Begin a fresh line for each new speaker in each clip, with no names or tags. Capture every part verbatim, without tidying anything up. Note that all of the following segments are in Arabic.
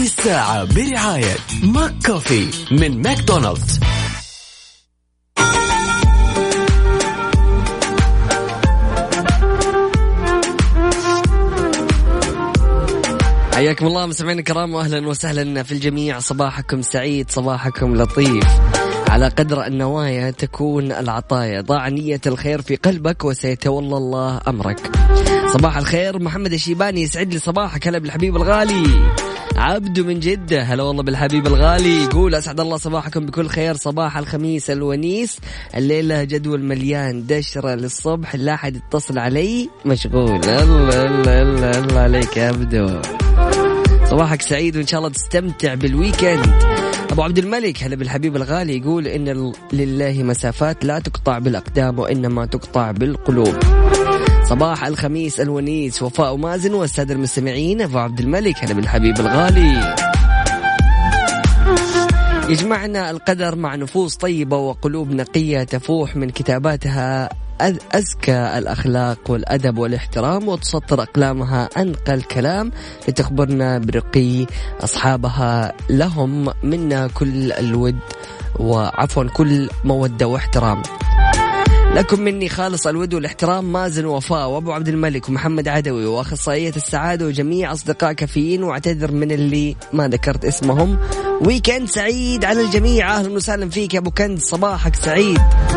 هذه الساعة برعاية ماك كوفي من ماكدونالدز.
حياكم الله مستمعينا الكرام واهلا وسهلا في الجميع. صباحكم سعيد، صباحكم لطيف. على قدر النوايا تكون العطايا، ضع نية الخير في قلبك وسيتولى الله أمرك. صباح الخير محمد الشيباني، يسعد لي صباحك. هلا بالحبيب الغالي عبدو من جدة، هلا والله بالحبيب الغالي. يقول أسعد الله صباحكم بكل خير. صباح الخميس الونيس، الليلة جدول مليان دشرة للصبح، لا أحد يتصل علي مشغول. الله الله الله الله عليك يا عبدو، صباحك سعيد وإن شاء الله تستمتع بالويكند. أبو عبد الملك هلا بالحبيب الغالي، يقول إن لله مسافات لا تقطع بالأقدام وإنما تقطع بالقلوب. صباح الخميس الونيس، وفاء ومازن والسادة المستمعين. أبو عبد الملك هلا بالحبيب الغالي. يجمعنا القدر مع نفوس طيبة وقلوب نقية تفوح من كتاباتها أزكى الأخلاق والأدب والاحترام، وتسطر أقلامها أنقى الكلام لتخبرنا برقي أصحابها. لهم منا كل الود وعفوا كل مودة واحترام. لكم مني خالص الود والاحترام مازن وفاء وأبو عبد الملك ومحمد عدوي وأخصائية السعادة وجميع أصدقاء كافيين، واعتذر من اللي ما ذكرت اسمهم. ويكند سعيد على الجميع. أهلا وسهلا فيك يا أبو كند، صباحك سعيد.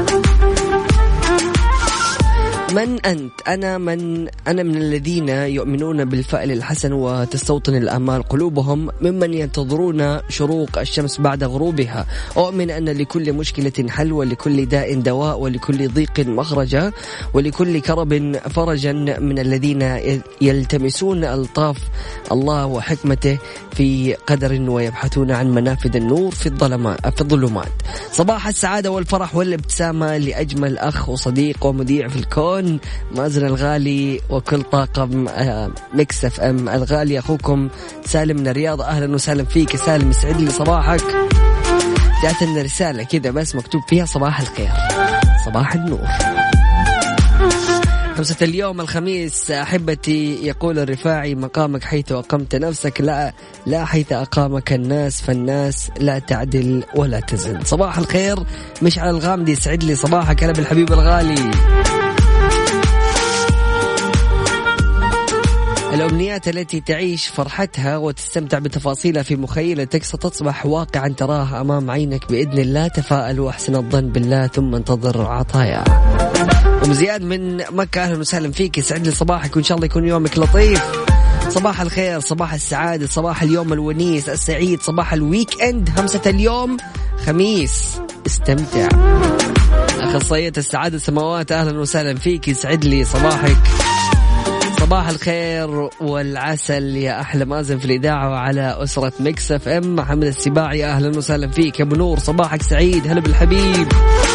من أنت؟ أنا من أنا من الذين يؤمنون بالفعل الحسن وتستوطن الآمال قلوبهم، ممن ينتظرون شروق الشمس بعد غروبها. أؤمن أن لكل مشكلة حل، ولكل داء دواء، ولكل ضيق مخرجا، ولكل كرب فرجا، من الذين يلتمسون ألطاف الله وحكمته في قدر ويبحثون عن منافذ النور في الظلمات في الظلمات. صباح السعادة والفرح والابتسامة لأجمل أخ وصديق ومذيع في الكون مازن الغالي وكل طاقم ميكس اف ام الغالي. أخوكم سالم من الرياض، أهلا وسهلا فيك سالم، يسعد لي صباحك. جاءتنا رسالة كذا بس مكتوب فيها صباح الخير صباح النور. خمسة اليوم الخميس أحبتي، يقول الرفاعي مقامك حيث أقمت نفسك، لا لا حيث أقامك الناس، فالناس لا تعدل ولا تزن. صباح الخير مشعل الغامدي، يسعد لي صباحك. هلا بالحبيب الغالي. الأمنيات التي تعيش فرحتها وتستمتع بتفاصيلها في مخيلتك ستصبح واقعا تراها أمام عينك بإذن الله. تفاءل وأحسن الظن بالله ثم انتظر عطايا. أم زياد من مكة، أهلا وسهلا فيك، يسعد لي صباحك وإن شاء الله يكون يومك لطيف. صباح الخير، صباح السعادة، صباح اليوم الونيس السعيد، صباح الويك اند. همسة اليوم خميس، استمتع. أخصائية السعادة سماوات، أهلا وسهلا فيك، يسعد لي صباحك. صباح الخير والعسل يا أحلى مازن في الإذاعة وعلى أسرة ميكس اف ام. محمد السباعي، أهلا وسهلا فيك يا أبو نور، صباحك سعيد. هلا بالحبيب.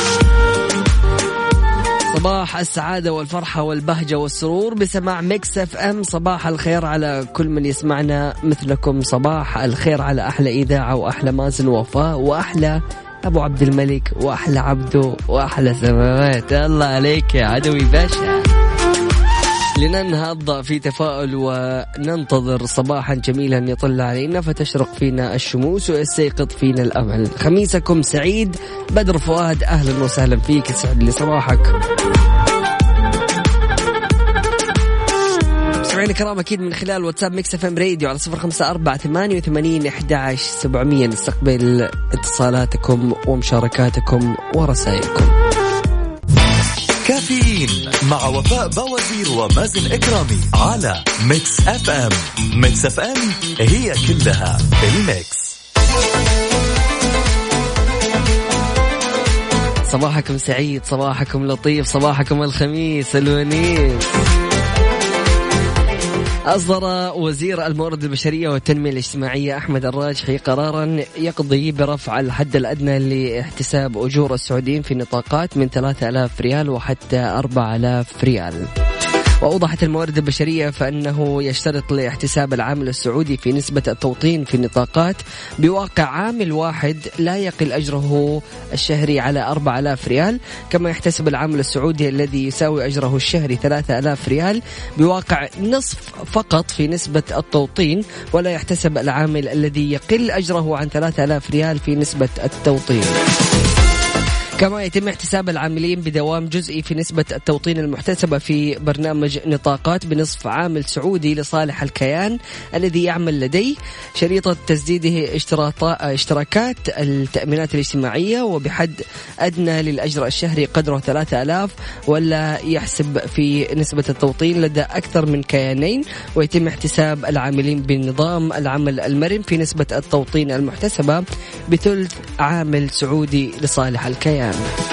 صباح السعادة والفرحة والبهجة والسرور بسماع ميكس اف ام. صباح الخير على كل من يسمعنا مثلكم. صباح الخير على أحلى إذاعة وأحلى مازن وفاء وأحلى أبو عبد الملك وأحلى عبدو وأحلى سماوات. الله عليك يا عدوي باشا. لننهض في تفاؤل وننتظر صباحا جميلا يطل علينا فتشرق فينا الشموس ويستيقظ فينا الأمل. خميسكم سعيد. بدر فؤاد، أهلا وسهلا فيك، يسعد لي صباحك. مستمعينا الكرام، أكيد من خلال واتساب ميكس اف ام راديو على صفر خمسة أربعة ثمانية وثمانين أحد عشر سبعمية نستقبل اتصالاتكم ومشاركاتكم ورسائلكم.
كافيين مع وفاء بوازير ومازن إكرامي على ميكس اف ام. ميكس اف ام هي كلها الميكس.
صباحكم سعيد، صباحكم لطيف، صباحكم الخميس الونيس. أصدر وزير الموارد البشرية والتنمية الاجتماعية أحمد الراجحي قرارا يقضي برفع الحد الأدنى لاحتساب أجور السعوديين في نطاقات من ثلاثة آلاف ريال وحتى أربعة آلاف ريال. وأوضحت الموارد البشرية فإنه يشترط لاحتساب العامل السعودي في نسبة التوطين في النطاقات بواقع عامل واحد لا يقل أجره الشهري على أربعة آلاف ريال، كما يحتسب العامل السعودي الذي يساوي أجره الشهري ثلاثة آلاف ريال بواقع نصف فقط في نسبة التوطين، ولا يحتسب العامل الذي يقل أجره عن ثلاثة آلاف ريال في نسبة التوطين. كما يتم احتساب العاملين بدوام جزئي في نسبة التوطين المحتسبة في برنامج نطاقات بنصف عامل سعودي لصالح الكيان الذي يعمل لديه شريطة تسديده اشتراكات التأمينات الاجتماعية، وبحد أدنى للأجر الشهري قدره ثلاثة آلاف، ولا يحسب في نسبة التوطين لدى أكثر من كيانين. ويتم احتساب العاملين بنظام العمل المرن في نسبة التوطين المحتسبة بثلث عامل سعودي لصالح الكيان.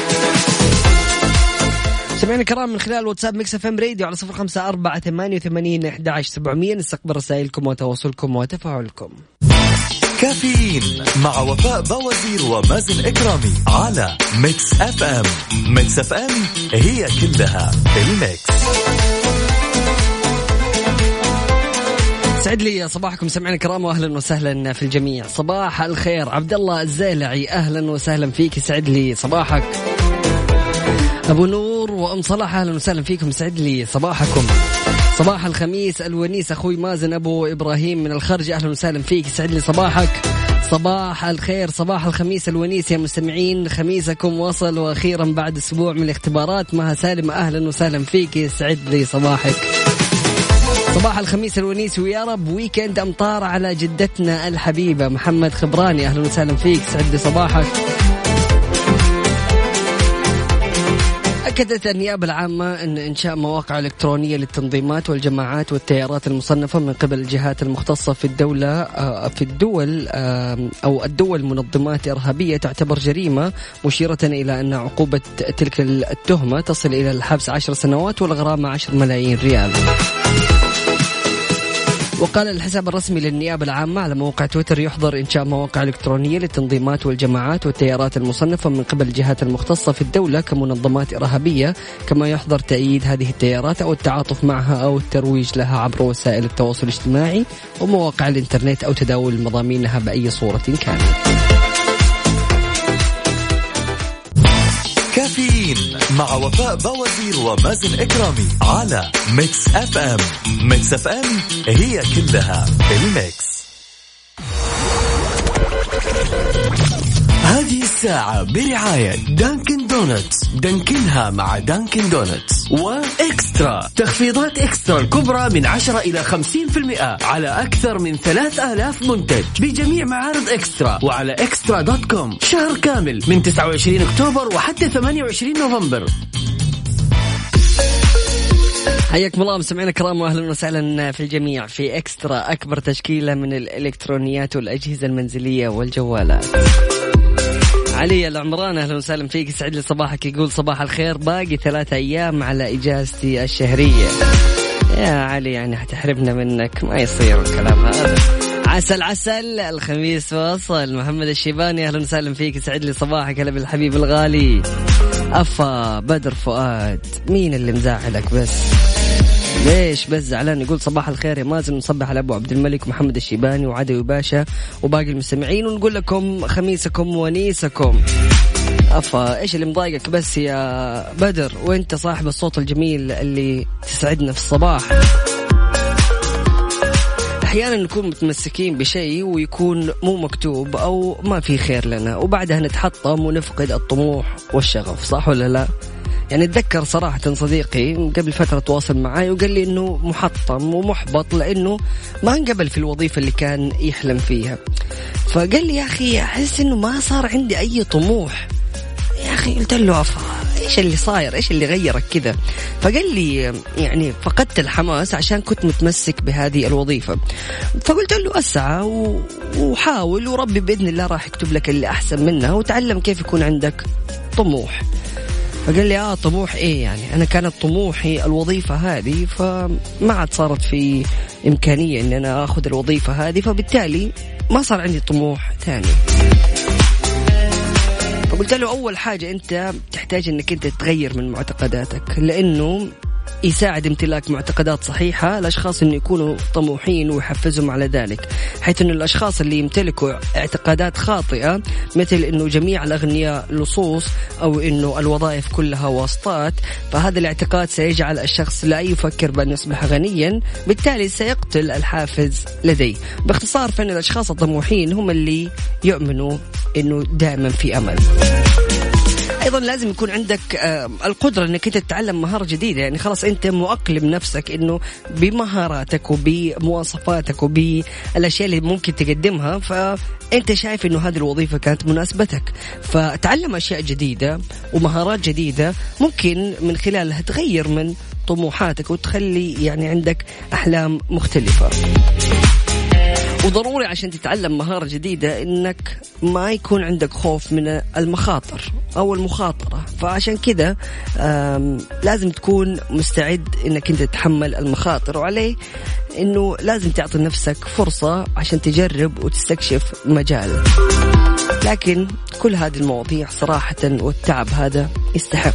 سمعنا كرام من خلال واتساب ميكس اف ام راديو على صفر خمسة أربعة ثمانية وثمانين أحد عشر سبعمية. نستقبل رسائلكم وتواصلكم وتفاعلكم.
كافيين مع وفاء بوازير ومازن إكرامي على ميكس اف ام. ميكس اف ام هي كلها الميكس.
سعد لي صباحكم سمعنا كرام واهلا وسهلا في الجميع. صباح الخير عبد الله الزيلعي اهلا وسهلا فيك، سعد لي صباحك. ابو نور وام صلاح اهلا وسهلا فيكم، سعد لي صباحكم. صباح الخميس الونيس اخوي مازن ابو ابراهيم من الخرج اهلا وسهلا فيك، سعد لي صباحك. صباح الخير صباح الخميس الونيس يا مستمعين، خميسكم وصل واخيرا بعد اسبوع من الاختبارات. مها سالم اهلا وسهلا فيك، سعد لي صباحك. صباح الخميس الونيس ويا رب ويكند أمطار على جدتنا الحبيبة. محمد خبراني أهلا وسهلا فيك، سعد صباحك. أكدت النيابة العامة أن إنشاء مواقع إلكترونية للتنظيمات والجماعات والتيارات المصنفة من قبل الجهات المختصة في الدولة في الدول أو الدول منظمات إرهابية تعتبر جريمة، مشيرة إلى أن عقوبة تلك التهمة تصل إلى الحبس عشر سنوات والغرامة عشر ملايين ريال. وقال الحساب الرسمي للنيابة العامة على موقع تويتر يحظر إنشاء مواقع إلكترونية للتنظيمات والجماعات والتيارات المصنفة من قبل الجهات المختصة في الدولة كمنظمات إرهابية، كما يحظر تأييد هذه التيارات أو التعاطف معها أو الترويج لها عبر وسائل التواصل الاجتماعي ومواقع الإنترنت أو تداول مضامينها بأي صورة كانت.
كافيين مع وفاء بوازير ومازن إكرامي على ميكس اف ام. ميكس اف ام هي كلها الميكس. هذه الساعة برعاية دانكن دونتس، دانكنها مع دانكن دونتس. وإكسترا، تخفيضات إكسترا الكبرى من عشرة إلى خمسين بالمئة على أكثر من ثلاث آلاف منتج بجميع معارض إكسترا وعلى إكسترا دوت كوم. شهر كامل من تسعة وعشرين أكتوبر وحتى ثمانية وعشرين نوفمبر.
حياكم الله مستمعينا الكرام واهلا وسهلا في الجميع في إكسترا، أكبر تشكيلة من الإلكترونيات والأجهزة المنزلية والجوالات. علي العمران أهلا وسهلا فيك، سعد لي صباحك. يقول صباح الخير، باقي ثلاثة أيام على إجازتي الشهرية. يا علي يعني هتحرمنا منك، ما يصير الكلام هذا. عسل عسل، الخميس واصل. محمد الشيباني أهلا وسهلا فيك، سعد لي صباحك. هلا بالحبيب الغالي. أفا بدر فؤاد، مين اللي مزعلك بس؟ ليش بس زعلان؟ يقول صباح الخير يا مازن، نصبح على أبو عبد الملك ومحمد الشيباني وعدوي باشا وباقي المستمعين ونقول لكم خميسكم ونيسكم. أفا إيش اللي مضايقك بس يا بدر وإنت صاحب الصوت الجميل اللي تسعدنا في الصباح؟ أحيانا نكون متمسكين بشيء ويكون مو مكتوب أو ما في خير لنا، وبعدها نتحطم ونفقد الطموح والشغف، صح ولا لا؟ يعني اتذكر صراحة صديقي قبل فترة تواصل معي وقال لي انه محطم ومحبط لانه ما انقبل في الوظيفة اللي كان يحلم فيها. فقال لي يا اخي احس انه ما صار عندي اي طموح. يا اخي قلت له افا ايش اللي صاير، ايش اللي غيرك كذا؟ فقال لي يعني فقدت الحماس عشان كنت متمسك بهذه الوظيفة. فقلت له اسعى وحاول وربي بإذن الله راح يكتب لك اللي احسن منها، وتعلم كيف يكون عندك طموح. فقال لي آه طموح إيه يعني؟ أنا كانت طموحي الوظيفة هذه، فما عاد صارت في إمكانية إن أنا أخذ الوظيفة هذه، فبالتالي ما صار عندي طموح ثاني. فقلت له أول حاجة أنت تحتاج إنك أنت تغير من معتقداتك، لأنه يساعد امتلاك معتقدات صحيحة الأشخاص أن يكونوا طموحين ويحفزهم على ذلك، حيث أن الأشخاص اللي يمتلكوا اعتقادات خاطئة مثل أنه جميع الأغنياء لصوص أو أنه الوظائف كلها واسطات، فهذا الاعتقاد سيجعل الشخص لا يفكر بأن يصبح غنيا، بالتالي سيقتل الحافز لديه. باختصار فإن الأشخاص الطموحين هم اللي يؤمنوا أنه دائما في أمل. أيضا لازم يكون عندك القدرة أنك أنت تتعلم مهارة جديدة، يعني خلاص أنت مؤقلم نفسك أنه بمهاراتك وبمواصفاتك وبالأشياء اللي ممكن تقدمها، فأنت شايف أنه هذه الوظيفة كانت مناسبتك، فتعلم أشياء جديدة ومهارات جديدة ممكن من خلالها تغير من طموحاتك وتخلي يعني عندك أحلام مختلفة. وضروري عشان تتعلم مهارة جديدة إنك ما يكون عندك خوف من المخاطر أو المخاطرة، فعشان كذا لازم تكون مستعد إنك أنت تتحمل المخاطر، وعليه إنه لازم تعطي نفسك فرصة عشان تجرب وتستكشف مجال. لكن كل هذه المواضيع صراحة والتعب هذا يستحق.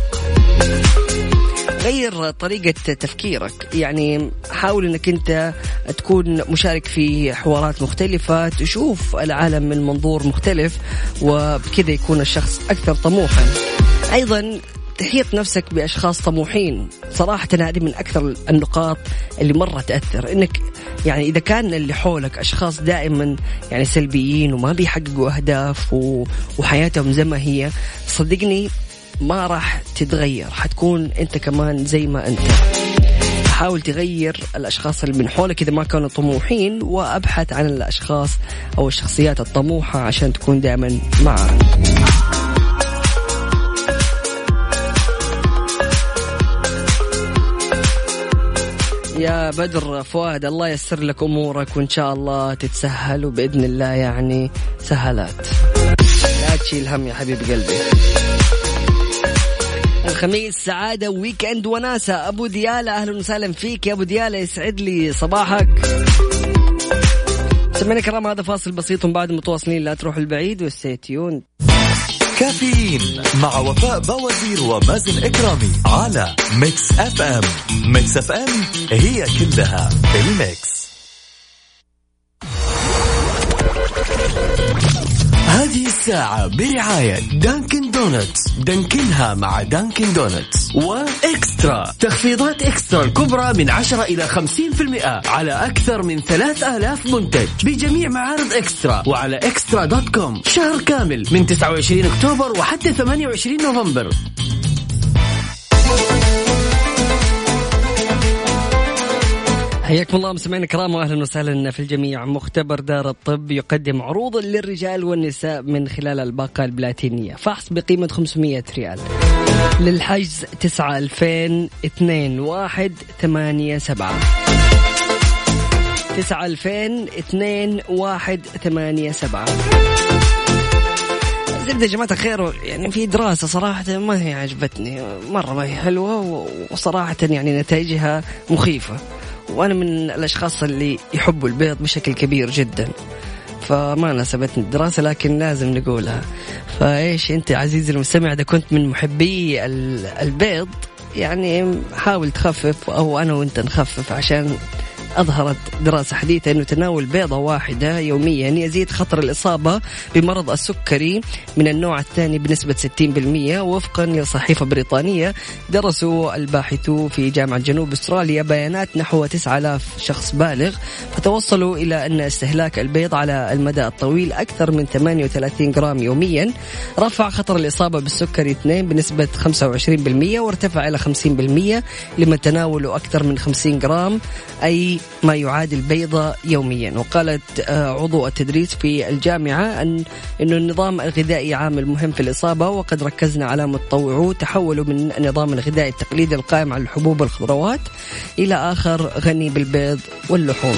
غير طريقة تفكيرك، يعني حاول انك انت تكون مشارك في حوارات مختلفة، تشوف العالم من منظور مختلف، وبكذا يكون الشخص أكثر طموحا. أيضا تحيط نفسك بأشخاص طموحين، صراحة هذه من أكثر النقاط اللي مرة تأثر، إنك يعني إذا كان اللي حولك أشخاص دائما يعني سلبيين وما بيحققوا أهداف وحياتهم زي ما هي، صدقني ما راح تتغير، حتكون أنت كمان زي ما أنت. حاول تغير الأشخاص اللي من حولك إذا ما كانوا طموحين، وأبحث عن الأشخاص أو الشخصيات الطموحة عشان تكون دائما معه. يا بدر فؤاد، الله يسر لك أمورك وإن شاء الله تتسهل، وبإذن الله يعني سهلات، لا تشيل هم يا حبيب قلبي. الخميس سعادة ويكند وناسة. أبو ديالة أهلا وسهلا فيك يا أبو ديالة، يسعد لي صباحك. سمعنا كرام، هذا فاصل بسيط وبعد متواصلين، لا تروح البعيد والسيتيون.
كافيين مع وفاء بوازير ومازن إكرامي على ميكس أف أم. ميكس أف أم هي كلها بالميكس.
هذه الساعة برعاية دانكن دونتس، دانكنها مع دانكن دونتس. وإكسترا، تخفيضات إكسترا الكبرى من عشرة إلى خمسين بالمئة على أكثر من ثلاث آلاف منتج بجميع معارض إكسترا وعلى إكسترا دوت كوم. شهر كامل من تسعة وعشرين أكتوبر وحتى ثمانية وعشرين نوفمبر.
حياكم الله مستمعينا الكرام واهلا وسهلا في الجميع. مختبر دار الطب يقدم عروضا للرجال والنساء من خلال الباقة البلاتينية، فحص بقيمة خمسمية ريال، للحجز تسعة ألفين اثنين واحد ثمانية سبعة تسعة ألفين اثنين واحد ثمانية سبعة. زبدة يا جماعة الخير، يعني في دراسة صراحة ما هي عجبتني مرة، ما هي حلوة وصراحة يعني نتائجها مخيفة، وأنا من الأشخاص اللي يحبوا البيض بشكل كبير جدا، فما ناسبتني الدراسة لكن لازم نقولها. فإيش أنت عزيزي المستمع، إذا كنت من محبي البيض يعني حاول تخفف، أو أنا وأنت نخفف، عشان أظهرت دراسة حديثة أنه تناول بيضة واحدة يوميا يزيد خطر الإصابة بمرض السكري من النوع الثاني بنسبة ستين بالمئة، وفقا لصحيفة بريطانية درسوا الباحثون في جامعة جنوب أستراليا بيانات نحو تسعة آلاف شخص بالغ، فتوصلوا إلى أن استهلاك البيض على المدى الطويل أكثر من ثمانية وثلاثين جرام يوميا رفع خطر الإصابة بالسكري اثنين بنسبة خمسة وعشرين بالمئة، وارتفع إلى خمسين بالمئة لمن تناولوا أكثر من خمسين جرام، أي ما يعادل بيضة يوميا. وقالت عضو التدريس في الجامعة أن إنه النظام الغذائي عامل مهم في الإصابة، وقد ركزنا على متطوعو تحولوا من النظام الغذائي التقليدي القائم على الحبوب والخضروات إلى آخر غني بالبيض واللحوم.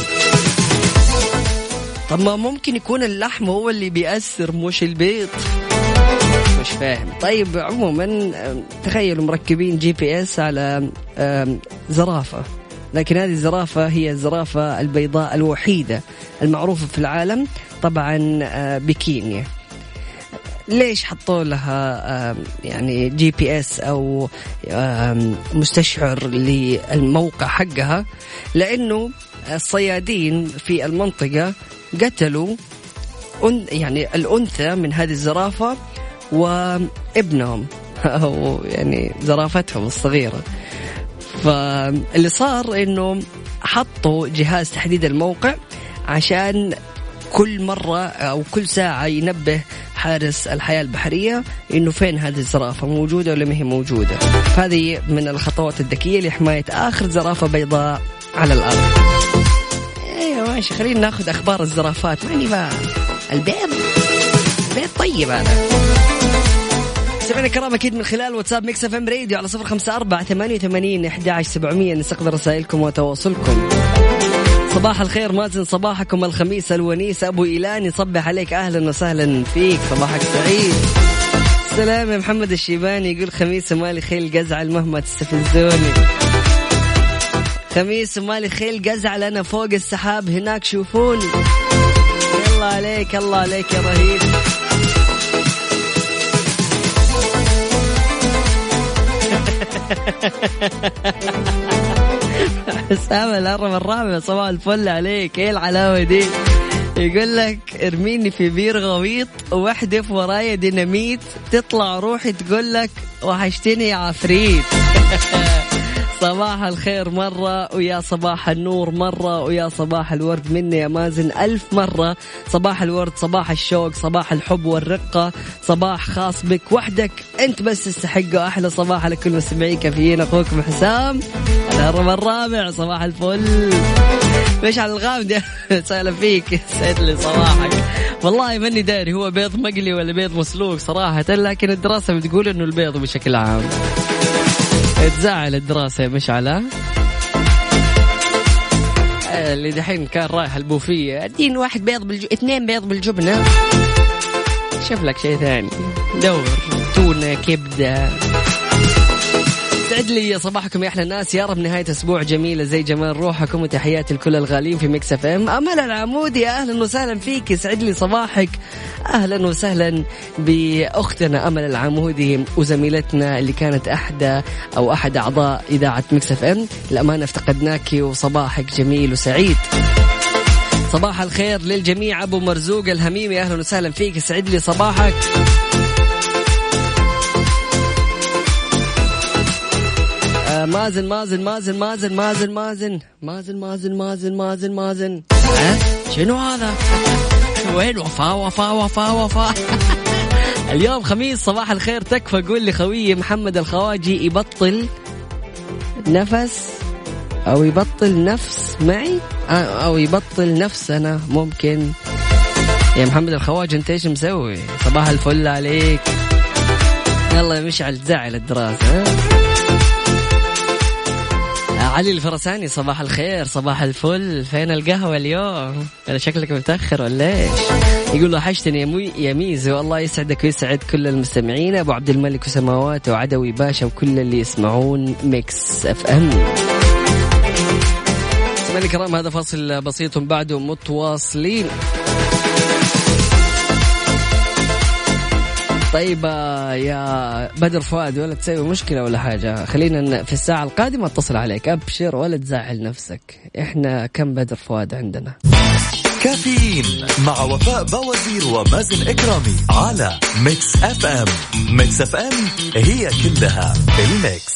طب ما ممكن يكون اللحم هو اللي بيأثر مش البيض؟ مش فاهم. طيب عموما تخيلوا مركبين جي بي اس على زرافة، لكن هذه الزرافة هي الزرافة البيضاء الوحيدة المعروفة في العالم، طبعا بكينيا. ليش حطوا لها يعني جي بي اس أو مستشعر للموقع حقها؟ لأنه الصيادين في المنطقة قتلوا يعني الأنثى من هذه الزرافة وابنهم أو يعني زرافتهم الصغيرة. فاللي صار إنه حطوا جهاز تحديد الموقع عشان كل مرة أو كل ساعة ينبه حارس الحياة البحرية إنه فين هذه الزرافة، موجودة ولا ما هي موجودة. هذه من الخطوات الذكية لحماية آخر زرافة بيضاء على الأرض. ايوه ماشي، خلينا ناخذ أخبار الزرافات. ماني بقى البيض البيض طيب هذا. سمعنا كرام أكيد من خلال واتساب ميكس اف ام راديو على صفر خمسة أربعة ثمانية ثمانين أحد عشر سبعمية نستقبل رسائلكم وتواصلكم. صباح الخير مازن، صباحكم الخميس الونيس. أبو إيلان يصبح عليك، أهلا وسهلا فيك، صباحك سعيد. سلام يا محمد الشيباني يقول خميس ومالي خيل قزعل مهما تستفزوني. خميس ومالي خيل قزعل، أنا فوق السحاب هناك شوفوني. الله عليك الله عليك يا رهيب. حسام الهرم الرابع صباح الفل عليك، ايه العلاوة دي؟ يقول لك ارميني في بير غويط واحدف ورايا ديناميت، تطلع روحي تقول لك وحشتني يا عفريت. صباح الخير مرة ويا صباح النور مرة ويا صباح الورد مني يا مازن ألف مرة. صباح الورد، صباح الشوق، صباح الحب والرقة، صباح خاص بك وحدك أنت بس تستحقه. أحلى صباح على كل مستمعين كافيين، أخوكم حسام الهرم الرابع صباح الفل. مش على الغامدة سأل فيك سعد لي صباحك. والله ماني داري هو بيض مقلي ولا بيض مسلوق صراحة، لكن الدراسة بتقول إنه البيض بشكل عام. تزعل الدراسة مش على اللي دحين كان رايح البوفية ادين واحد بيض بالج... اثنين بيض بالجبنة، شوف لك شيء ثاني، دور تونة كبدة. سعد لي صباحكم يا أحلى الناس، يا رب نهاية أسبوع جميلة زي جمال روحكم، وتحياتي لكل الغالين في ميكس اف ام. أمل العمودي أهلا وسهلا فيك، سعد لي صباحك، أهلا وسهلا بأختنا أمل العمودي وزميلتنا اللي كانت أحدى أو أحد أعضاء إذاعة ميكس اف ام. الأمانة افتقدناك وصباحك جميل وسعيد. صباح الخير للجميع. أبو مرزوق الهميمي أهلا وسهلا فيك، سعد لي صباحك. مازن مازن مازن مازن مازن مازن مازن مازن مازن مازن مازن ها شنو هذا؟ وين وفاء وفاء وفاء وفاء؟ اليوم خميس. صباح الخير تكفى قول لي خوي محمد الخواجي يبطل نفس أو يبطل نفس معي أو يبطل نفس أنا ممكن. يا محمد الخواجي أنت إيش مسوي؟ صباح الفل عليك. يلا مشعل تزعل الدراسة. علي الفرساني صباح الخير صباح الفل، فين القهوة اليوم؟ أنا شكلك متأخر ولا إيش؟ يقول له حشتني يا, مي... يا ميزو، والله يسعدك ويسعد كل المستمعين. أبو عبد الملك وسماوات وعدوي باشا وكل اللي يسمعون ميكس اف ام. سمعني الكرام، هذا فاصل بسيط بعده متواصلين. طيب يا بدر فؤاد، ولا تسوي مشكلة ولا حاجة، خلينا في الساعة القادمة اتصل عليك، أبشر ولا تزعل نفسك. إحنا كم بدر فؤاد عندنا؟
كافيين مع وفاء بوازير ومازن إكرامي على ميكس اف ام. ميكس اف ام هي كلها بالميكس.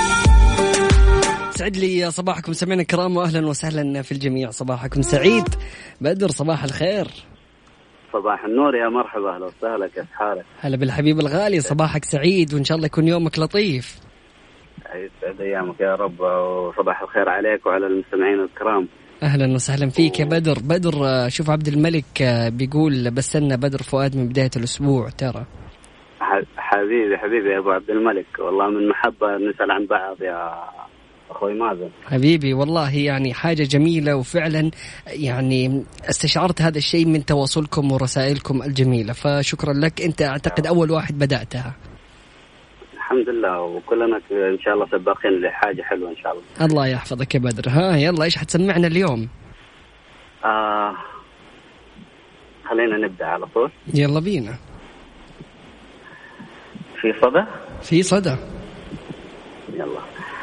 سعد لي صباحكم سمعنا الكرام، وأهلا وسهلا في الجميع، صباحكم سعيد. بدر صباح الخير.
صباح النور يا مرحبا، أهلا وسهلا، كيف حالك؟
هلا بالحبيب الغالي، صباحك سعيد وإن شاء الله يكون يومك لطيف.
يسعد أيامك يا رب، وصباح الخير عليك وعلى المستمعين الكرام.
أهلا وسهلا فيك يا بدر. بدر شوف عبد الملك بيقول بستنى بدر فؤاد من بداية الأسبوع ترى.
حبيبي حبيبي يا أبو عبد الملك، والله من محبة نسأل عن بعض يا أخوي مازن.
حبيبي والله يعني حاجة جميلة، وفعلا يعني استشعرت هذا الشيء من تواصلكم ورسائلكم الجميلة، فشكرا لك. أنت أعتقد أول واحد بدأتها.
الحمد لله، وكلنا إن شاء الله سباقين لحاجة حلوة إن شاء الله.
الله يحفظك يا بدر. ها يلا إيش حتسمعنا اليوم؟
آه خلينا نبدأ على طول.
يلا بينا.
في صدى
في صدى.
يلا.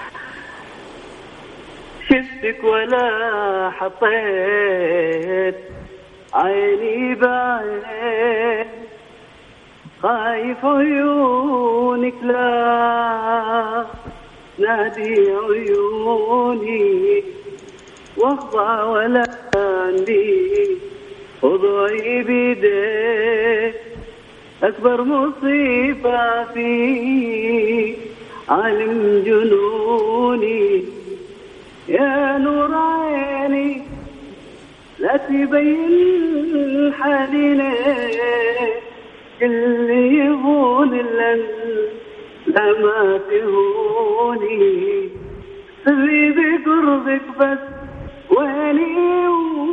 شفتك ولا حطيت عيني بعين، خايف عيونك لا نادي عيوني، واخضع ولا عندي خضعي بيديك، أكبر مصيبة في عالم جنوني، يا نور عيني لا تبين حالي ليه، اللي يهون اللن لا ما تهوني، سري بقربك بس ويني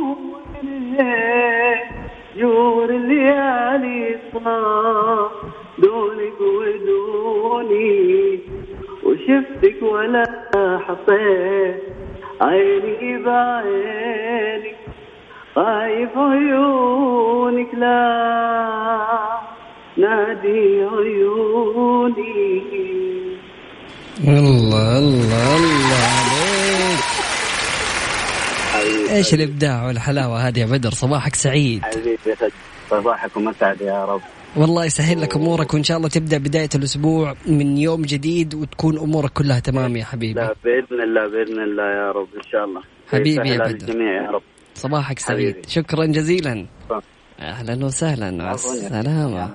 ويني، جور الليالي صار دونك ودوني، وشفتك ولا حطيت عيني بعينك، خايف عيونك لا نادي عيوني.
الله الله الله عليك، ايش الابداع والحلاوه هذه يا بدر. صباحك سعيد
حبيبي، صباحكم اسعد يا رب.
والله يسهل لك امورك، وان شاء الله تبدا بدايه الاسبوع من يوم جديد وتكون امورك كلها تمام يا حبيبي.
لا باذن الله باذن الله يا رب ان شاء الله.
حبيبي يا بدر
الجميع يا رب.
صباحك سعيد حبيبي. شكرا جزيلا. صح. اهلا وسهلا مع السلامه.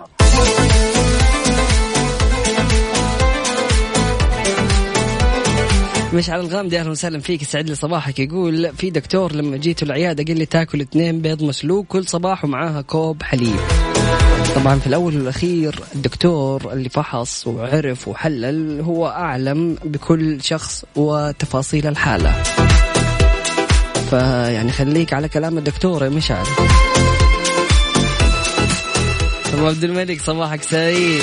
مشعل الغامدي اهلا وسهلا فيك، يسعد لي صباحك. يقول في دكتور لما جيت العياده قال لي تاكل اثنين بيض مسلوق كل صباح ومعاها كوب حليب. طبعا في الاول والاخير الدكتور اللي فحص وعرف وحلل هو اعلم بكل شخص وتفاصيل الحاله، فيعني خليك على كلام الدكتور يا مشعل. ابو عبد الملك صباحك سعيد.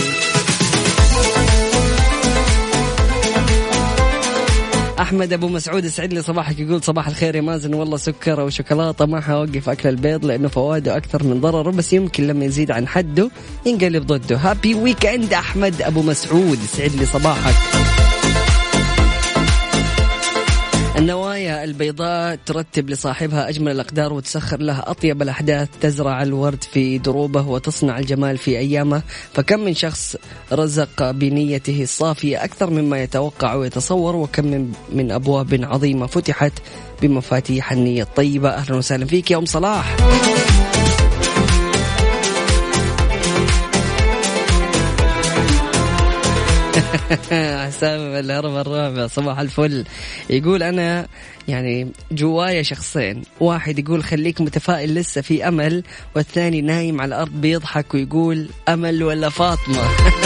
أحمد أبو مسعود يسعد لي صباحك، يقول صباح الخير يا مازن، والله سكر أو شوكولاتة ما حوقف أكل البيض لأنه فوائده أكثر من ضرره، بس يمكن لما يزيد عن حده ينقلب ضده. هابي ويكند أحمد أبو مسعود، يسعد لي صباحك. النوايا البيضاء ترتب لصاحبها أجمل الأقدار وتسخر له أطيب الأحداث، تزرع الورد في دروبه وتصنع الجمال في أيامه، فكم من شخص رزق بنيته الصافية أكثر مما يتوقع ويتصور، وكم من, من أبواب عظيمة فتحت بمفاتيح النية الطيبة. أهلا وسهلا فيك يا أم صلاح. حسام الهرم الرابع صباح الفل، يقول أنا يعني جوايا شخصين، واحد يقول خليك متفائل لسه في أمل، والثاني نايم على الأرض بيضحك ويقول أمل ولا فاطمة.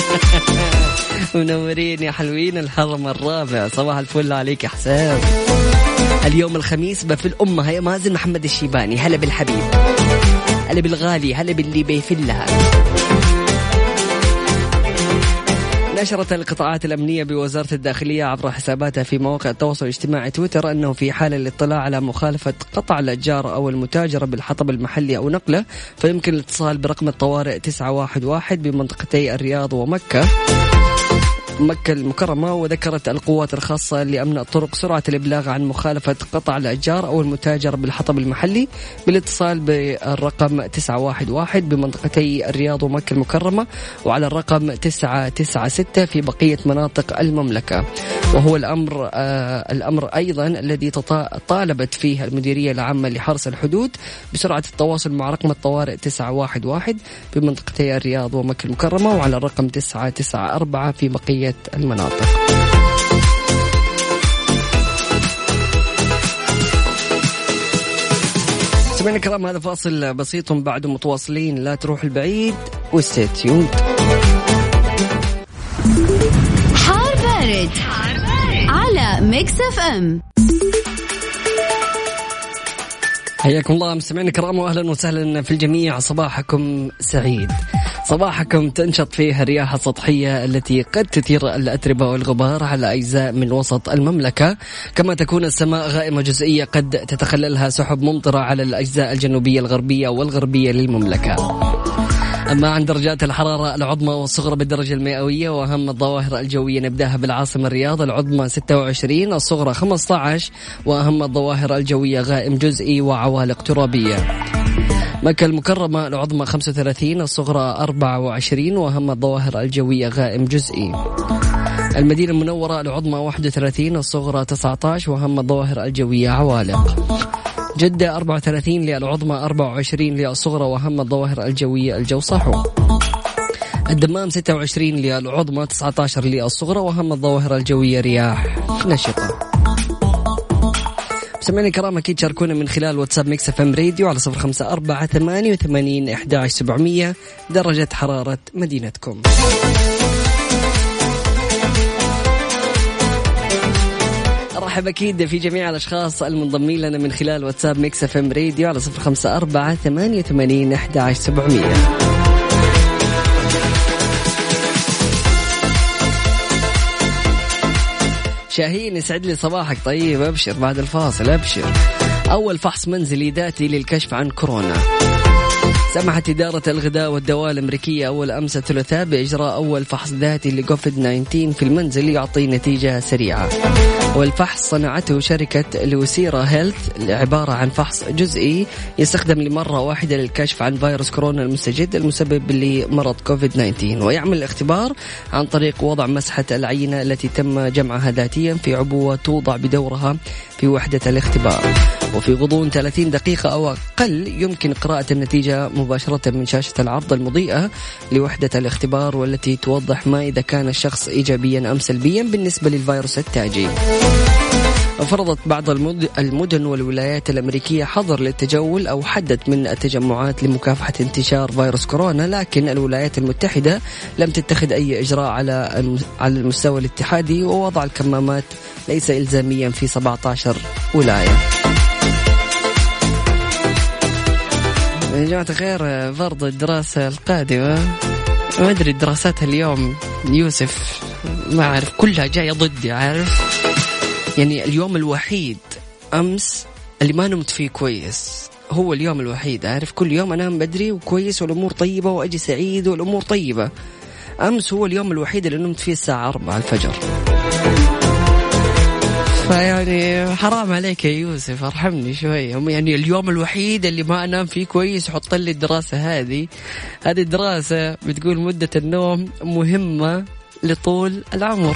منورين يا حلوين. الهرم الرابع صباح الفل عليك يا حسام. اليوم الخميس بفي الأمة هي مازن محمد الشيباني، هلا بالحبيب، هلا بالغالي، هلا باللي بيفلها. نشرت القطاعات الأمنية بوزارة الداخلية عبر حساباتها في مواقع التواصل الاجتماعي تويتر أنه في حال الاطلاع على مخالفة قطع الأتجار أو المتاجرة بالحطب المحلي أو نقله، فيمكن الاتصال برقم الطوارئ تسعة واحد واحد بمنطقتي الرياض ومكة مكة المكرمة. وذكرت القوات الخاصة لأمن الطرق سرعة الإبلاغ عن مخالفة قطع الأتجار أو المتاجرة بالحطب المحلي بالاتصال بالرقم تسعة واحد واحد بمنطقتي الرياض ومكة المكرمة، وعلى الرقم تسعة تسعة ستة في بقية مناطق المملكة. وهو الأمر آه الأمر أيضا الذي طالبت فيه المديرية العامة لحرس الحدود بسرعة التواصل مع رقم الطوارئ تسعة واحد واحد بمنطقتي الرياض ومكة المكرمة، وعلى الرقم تسعة تسعة أربعة في بقية المناطق. سمعنا كلام، هذا فاصل بسيط بعد متواصلين، لا تروح البعيد وستي تيوند.
حار بارد على ميكس اف ام.
حياكم الله مستمعينا الكرام واهلا وسهلا في الجميع، صباحكم سعيد. صباحكم تنشط فيه الرياح السطحية التي قد تثير الأتربة والغبار على أجزاء من وسط المملكة، كما تكون السماء غائمة جزئية قد تتخللها سحب ممطرة على الأجزاء الجنوبية الغربية والغربية للمملكة. أما عن درجات الحرارة العظمى والصغرى بالدرجة المئوية وأهم الظواهر الجوية نبدأها بالعاصمة الرياض. العظمى ستة وعشرين، الصغرى خمسة عشر، وأهم الظواهر الجوية غائم جزئي وعوالق ترابية. مكة المكرمة العظمى خمسة وثلاثين، الصغرى أربعة وعشرين، وأهم الظواهر الجوية غائم جزئي. المدينة المنورة العظمى واحد وثلاثين، الصغرى تسعة عشر، وأهم الظواهر الجوية عوالق. جدة أربعة وثلاثين للعظمى، أربعة وعشرين للصغرى، وأهم الظواهر الجوية الجو صحو. الدمام ستة وعشرين للعظمى، تسعة عشر للصغرى، وأهم الظواهر الجوية رياح نشطة. سمعنا الكرام أكيد شاركونا من خلال واتساب ميكس اف ام راديو على صفر خمسة أربعة ثمانية وثمانين أحد عشر سبعمية درجة حرارة مدينتكم. أرحب أكيد في جميع الأشخاص المنضمين لنا من خلال واتساب ميكس اف ام راديو على صفر خمسة أربعة ثمانية وثمانين أحد عشر سبعمية. شاهين يسعد لي صباحك. طيب أبشر بعد الفاصل أبشر. أول فحص منزلي ذاتي للكشف عن كورونا. سمحت إدارة الغذاء والدواء الأمريكية أول أمس الثلاثاء بإجراء أول فحص ذاتي لكوفيد تسعة عشر في المنزل يعطي نتيجة سريعة. والفحص صنعته شركة لوسيرا هيلث، عبارة عن فحص جزئي يستخدم لمرة واحدة للكشف عن فيروس كورونا المستجد المسبب لمرض كوفيد تسعة عشر. ويعمل الاختبار عن طريق وضع مسحة العينة التي تم جمعها ذاتيا في عبوة توضع بدورها في وحدة الاختبار، وفي غضون ثلاثين دقيقة أو أقل يمكن قراءة النتيجة مباشرة من شاشة العرض المضيئة لوحدة الاختبار، والتي توضح ما إذا كان الشخص إيجابيا أم سلبيا بالنسبة للفيروس التاجي. فرضت بعض المدن والولايات الأمريكية حظر للتجول أو حدت من التجمعات لمكافحة انتشار فيروس كورونا، لكن الولايات المتحدة لم تتخذ أي إجراء على على المستوى الاتحادي، ووضع الكمامات ليس إلزاميا في سبعة عشر ولاية. يا جماعة الخير، فرض الدراسة القادمة ما أدري دراساتها اليوم يوسف ما أعرف، كلها جاية ضدي عارف. يعني اليوم الوحيد أمس اللي ما نمت فيه كويس هو اليوم الوحيد، عارف كل يوم أنام بدري وكويس والأمور طيبة وأجي سعيد والأمور طيبة. أمس هو اليوم الوحيد اللي نمت فيه الساعة أربعة الفجر. فيعني حرام عليك يا يوسف ارحمني شوية. يعني اليوم الوحيد اللي ما أنام فيه كويس حط لي الدراسة هذه. هذه الدراسة بتقول مدة النوم مهمة لطول العمر،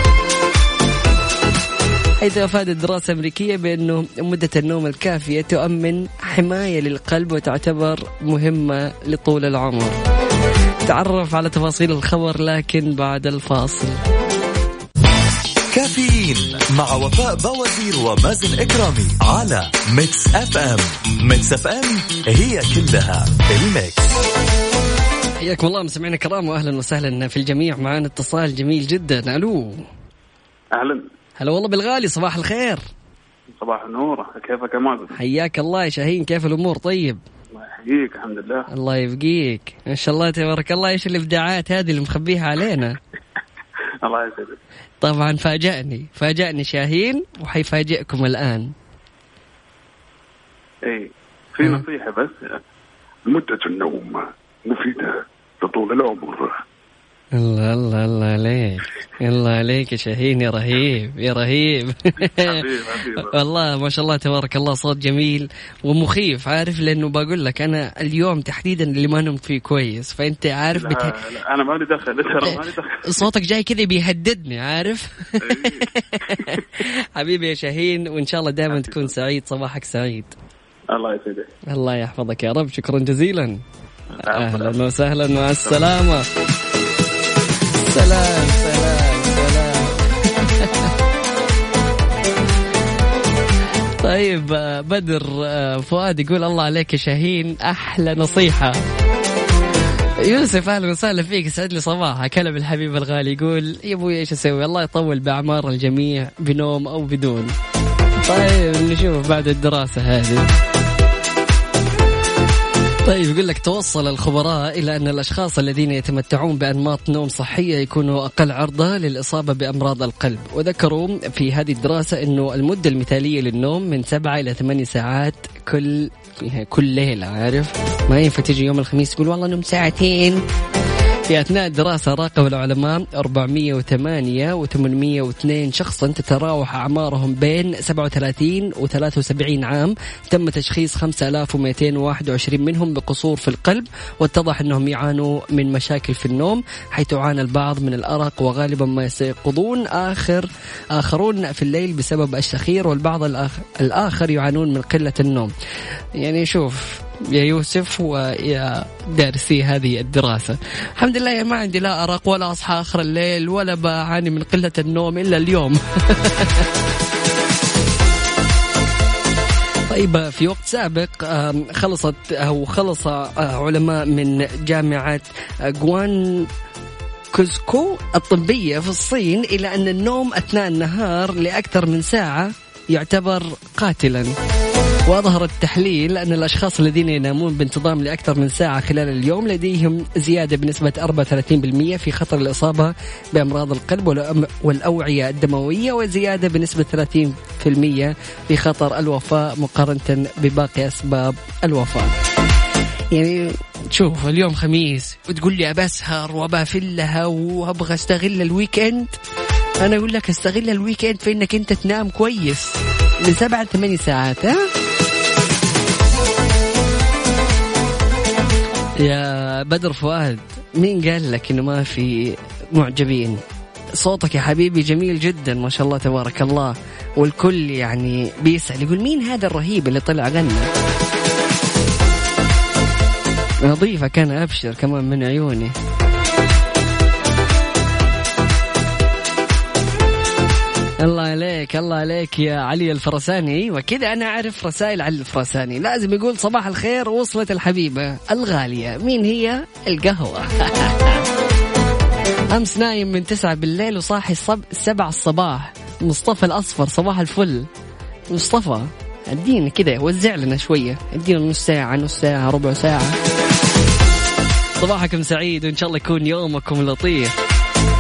حيث أفادت دراسة أمريكية بأنه مدة النوم الكافية تؤمن حماية للقلب وتعتبر مهمة لطول العمر. تعرف على تفاصيل الخبر لكن بعد الفاصل.
كافيين مع وفاء بوازير ومازن إكرامي على ميكس اف ام. ميكس اف ام هي كلها الميكس.
حياكم الله مستمعينا الكرام واهلا وسهلا في الجميع. معنا اتصال جميل جدا. الو
اهلا.
هلا والله بالغالي، صباح الخير.
صباح النور، كيفك يا مازن؟
حياك الله يا شاهين، كيف الامور؟ طيب
الله يحييك. الحمد لله.
الله يبقيك ما شاء الله تبارك الله. ايش الابداعات هذه اللي مخبيها علينا؟
الله يسعدك.
طبعا فاجأني فاجأني شاهين وحيفاجئكم الآن.
اي في نصيحة بس، مدة النوم مفيدة لطول العمر.
الله الله الله عليك، الله عليك يا شاهين يا رهيب يا رهيب.
حبيب حبيب.
والله ما شاء الله تبارك الله، صوت جميل ومخيف عارف، لأنه بقول لك أنا اليوم تحديدا اللي ما نمت فيه كويس، فأنت عارف
لا
بت...
لا أنا مالي دخل مالي دخل.
صوتك جاي كذا بيهددني عارف. حبيبي يا شاهين، وإن شاء الله دائما تكون سعيد، صباحك سعيد.
الله يسعدك.
الله يحفظك يا رب. شكرا جزيلا. أهلا وسهلا، مع السلامة. سلام سلام سلام. طيب بدر فؤاد يقول الله عليك يا شاهين، أحلى نصيحة. يوسف أهلا وسهلا فيك، سعد لي صباحك. كلب الحبيب الغالي يقول يا أبوي إيش أسوي، الله يطول بأعمار الجميع بنوم أو بدون. طيب نشوف بعد الدراسة هذه. طيب يقول لك توصل الخبراء إلى أن الأشخاص الذين يتمتعون بأنماط نوم صحية يكونوا أقل عرضة للإصابة بأمراض القلب. وذكروا في هذه الدراسة أنه المدة المثالية للنوم من سبعة إلى ثمانية ساعات كل كل ليلة. عارف ما ينفع تيجي يوم الخميس تقول والله نوم ساعتين. في أثناء الدراسة راقب العلماء أربعمية وثمانية وثمانمية واثنين شخصا تتراوح أعمارهم بين سبعة وثلاثين وثلاثة وسبعين عام. تم تشخيص خمسة آلاف ومئتين وواحد وعشرين منهم بقصور في القلب، واتضح أنهم يعانوا من مشاكل في النوم، حيث يعاني البعض من الأرق وغالبا ما يستيقظون آخر آخرون في الليل بسبب الشخير، والبعض الآخر, الآخر يعانون من قلة النوم. يعني شوف يا يوسف ويا دارسي هذه الدراسة، الحمد لله ما عندي لا أرق ولا أصحى آخر الليل ولا بعاني من قلة النوم إلا اليوم. طيب في وقت سابق خلصت أو خلص علماء من جامعة غوان كوزكو الطبية في الصين إلى أن النوم أثناء النهار لأكثر من ساعة يعتبر قاتلا. وأظهر التحليل أن الأشخاص الذين ينامون بانتظام لأكثر من ساعة خلال اليوم لديهم زيادة بنسبة أربعة وثلاثين بالمئة في خطر الإصابة بأمراض القلب والأوعية الدموية، وزيادة بنسبة ثلاثين بالمئة في خطر الوفاة مقارنة بباقي أسباب الوفاة. يعني شوف اليوم خميس وتقول لي أبى أسهر وأبى أفلها وأبغى أستغل الويكند. أنا أقول لك استغل الويكند في إنك أنت تنام كويس من سبعة ثمانية ساعات. ها يا بدر فؤاد، مين قال لك إنه ما في معجبين؟ صوتك يا حبيبي جميل جدا ما شاء الله تبارك الله، والكل يعني بيسأل يقول مين هذا الرهيب اللي طلع غنى؟ نظيفة كان أبشر كمان من عيوني. الله عليك الله عليك يا علي الفرساني. وكذا أنا أعرف رسائل علي الفرساني لازم يقول صباح الخير وصلت الحبيبة الغالية. مين هي؟ القهوة. أمس نايم من تسعة بالليل وصاحي الصب سبعة الصباح. مصطفى الأصفر صباح الفل. مصطفى ادينا كده وزع لنا شوية، ادينا نص ساعة نص ساعة ربع ساعة. صباحكم سعيد وإن شاء الله يكون يومكم لطيف.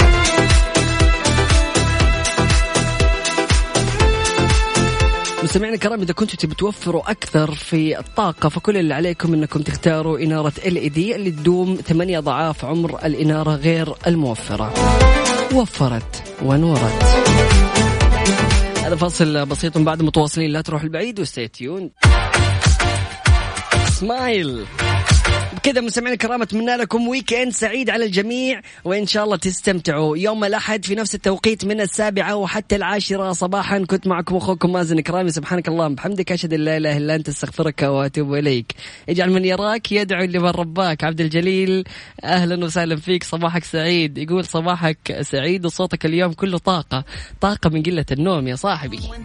مستمعينا الكرام، إذا كنتوا تبي توفروا أكثر في الطاقة فكل اللي عليكم أنكم تختاروا إنارة إل إي دي اللي تدوم ثمانية أضعاف عمر الإنارة غير الموفرة. وفرت ونورت. هذا فاصل بسيط بعد متواصلين، لا تروح البعيد وستيتيون. سمايل كذا. مستمعينا الكرام أتمنى لكم ويكند سعيد على الجميع، وإن شاء الله تستمتعوا يوم الأحد في نفس التوقيت من السابعة وحتى العاشرة صباحا. كنت معكم أخوكم مازن إكرامي. سبحانك اللهم بحمدك أشهد أن لا إله إلا أنت استغفرك وأتوب إليك. اجعل من يراك يدعو اللي من رباك. عبد الجليل أهلا وسهلا فيك، صباحك سعيد. يقول صباحك سعيد وصوتك اليوم كله طاقة طاقة من قلة النوم يا صاحبي.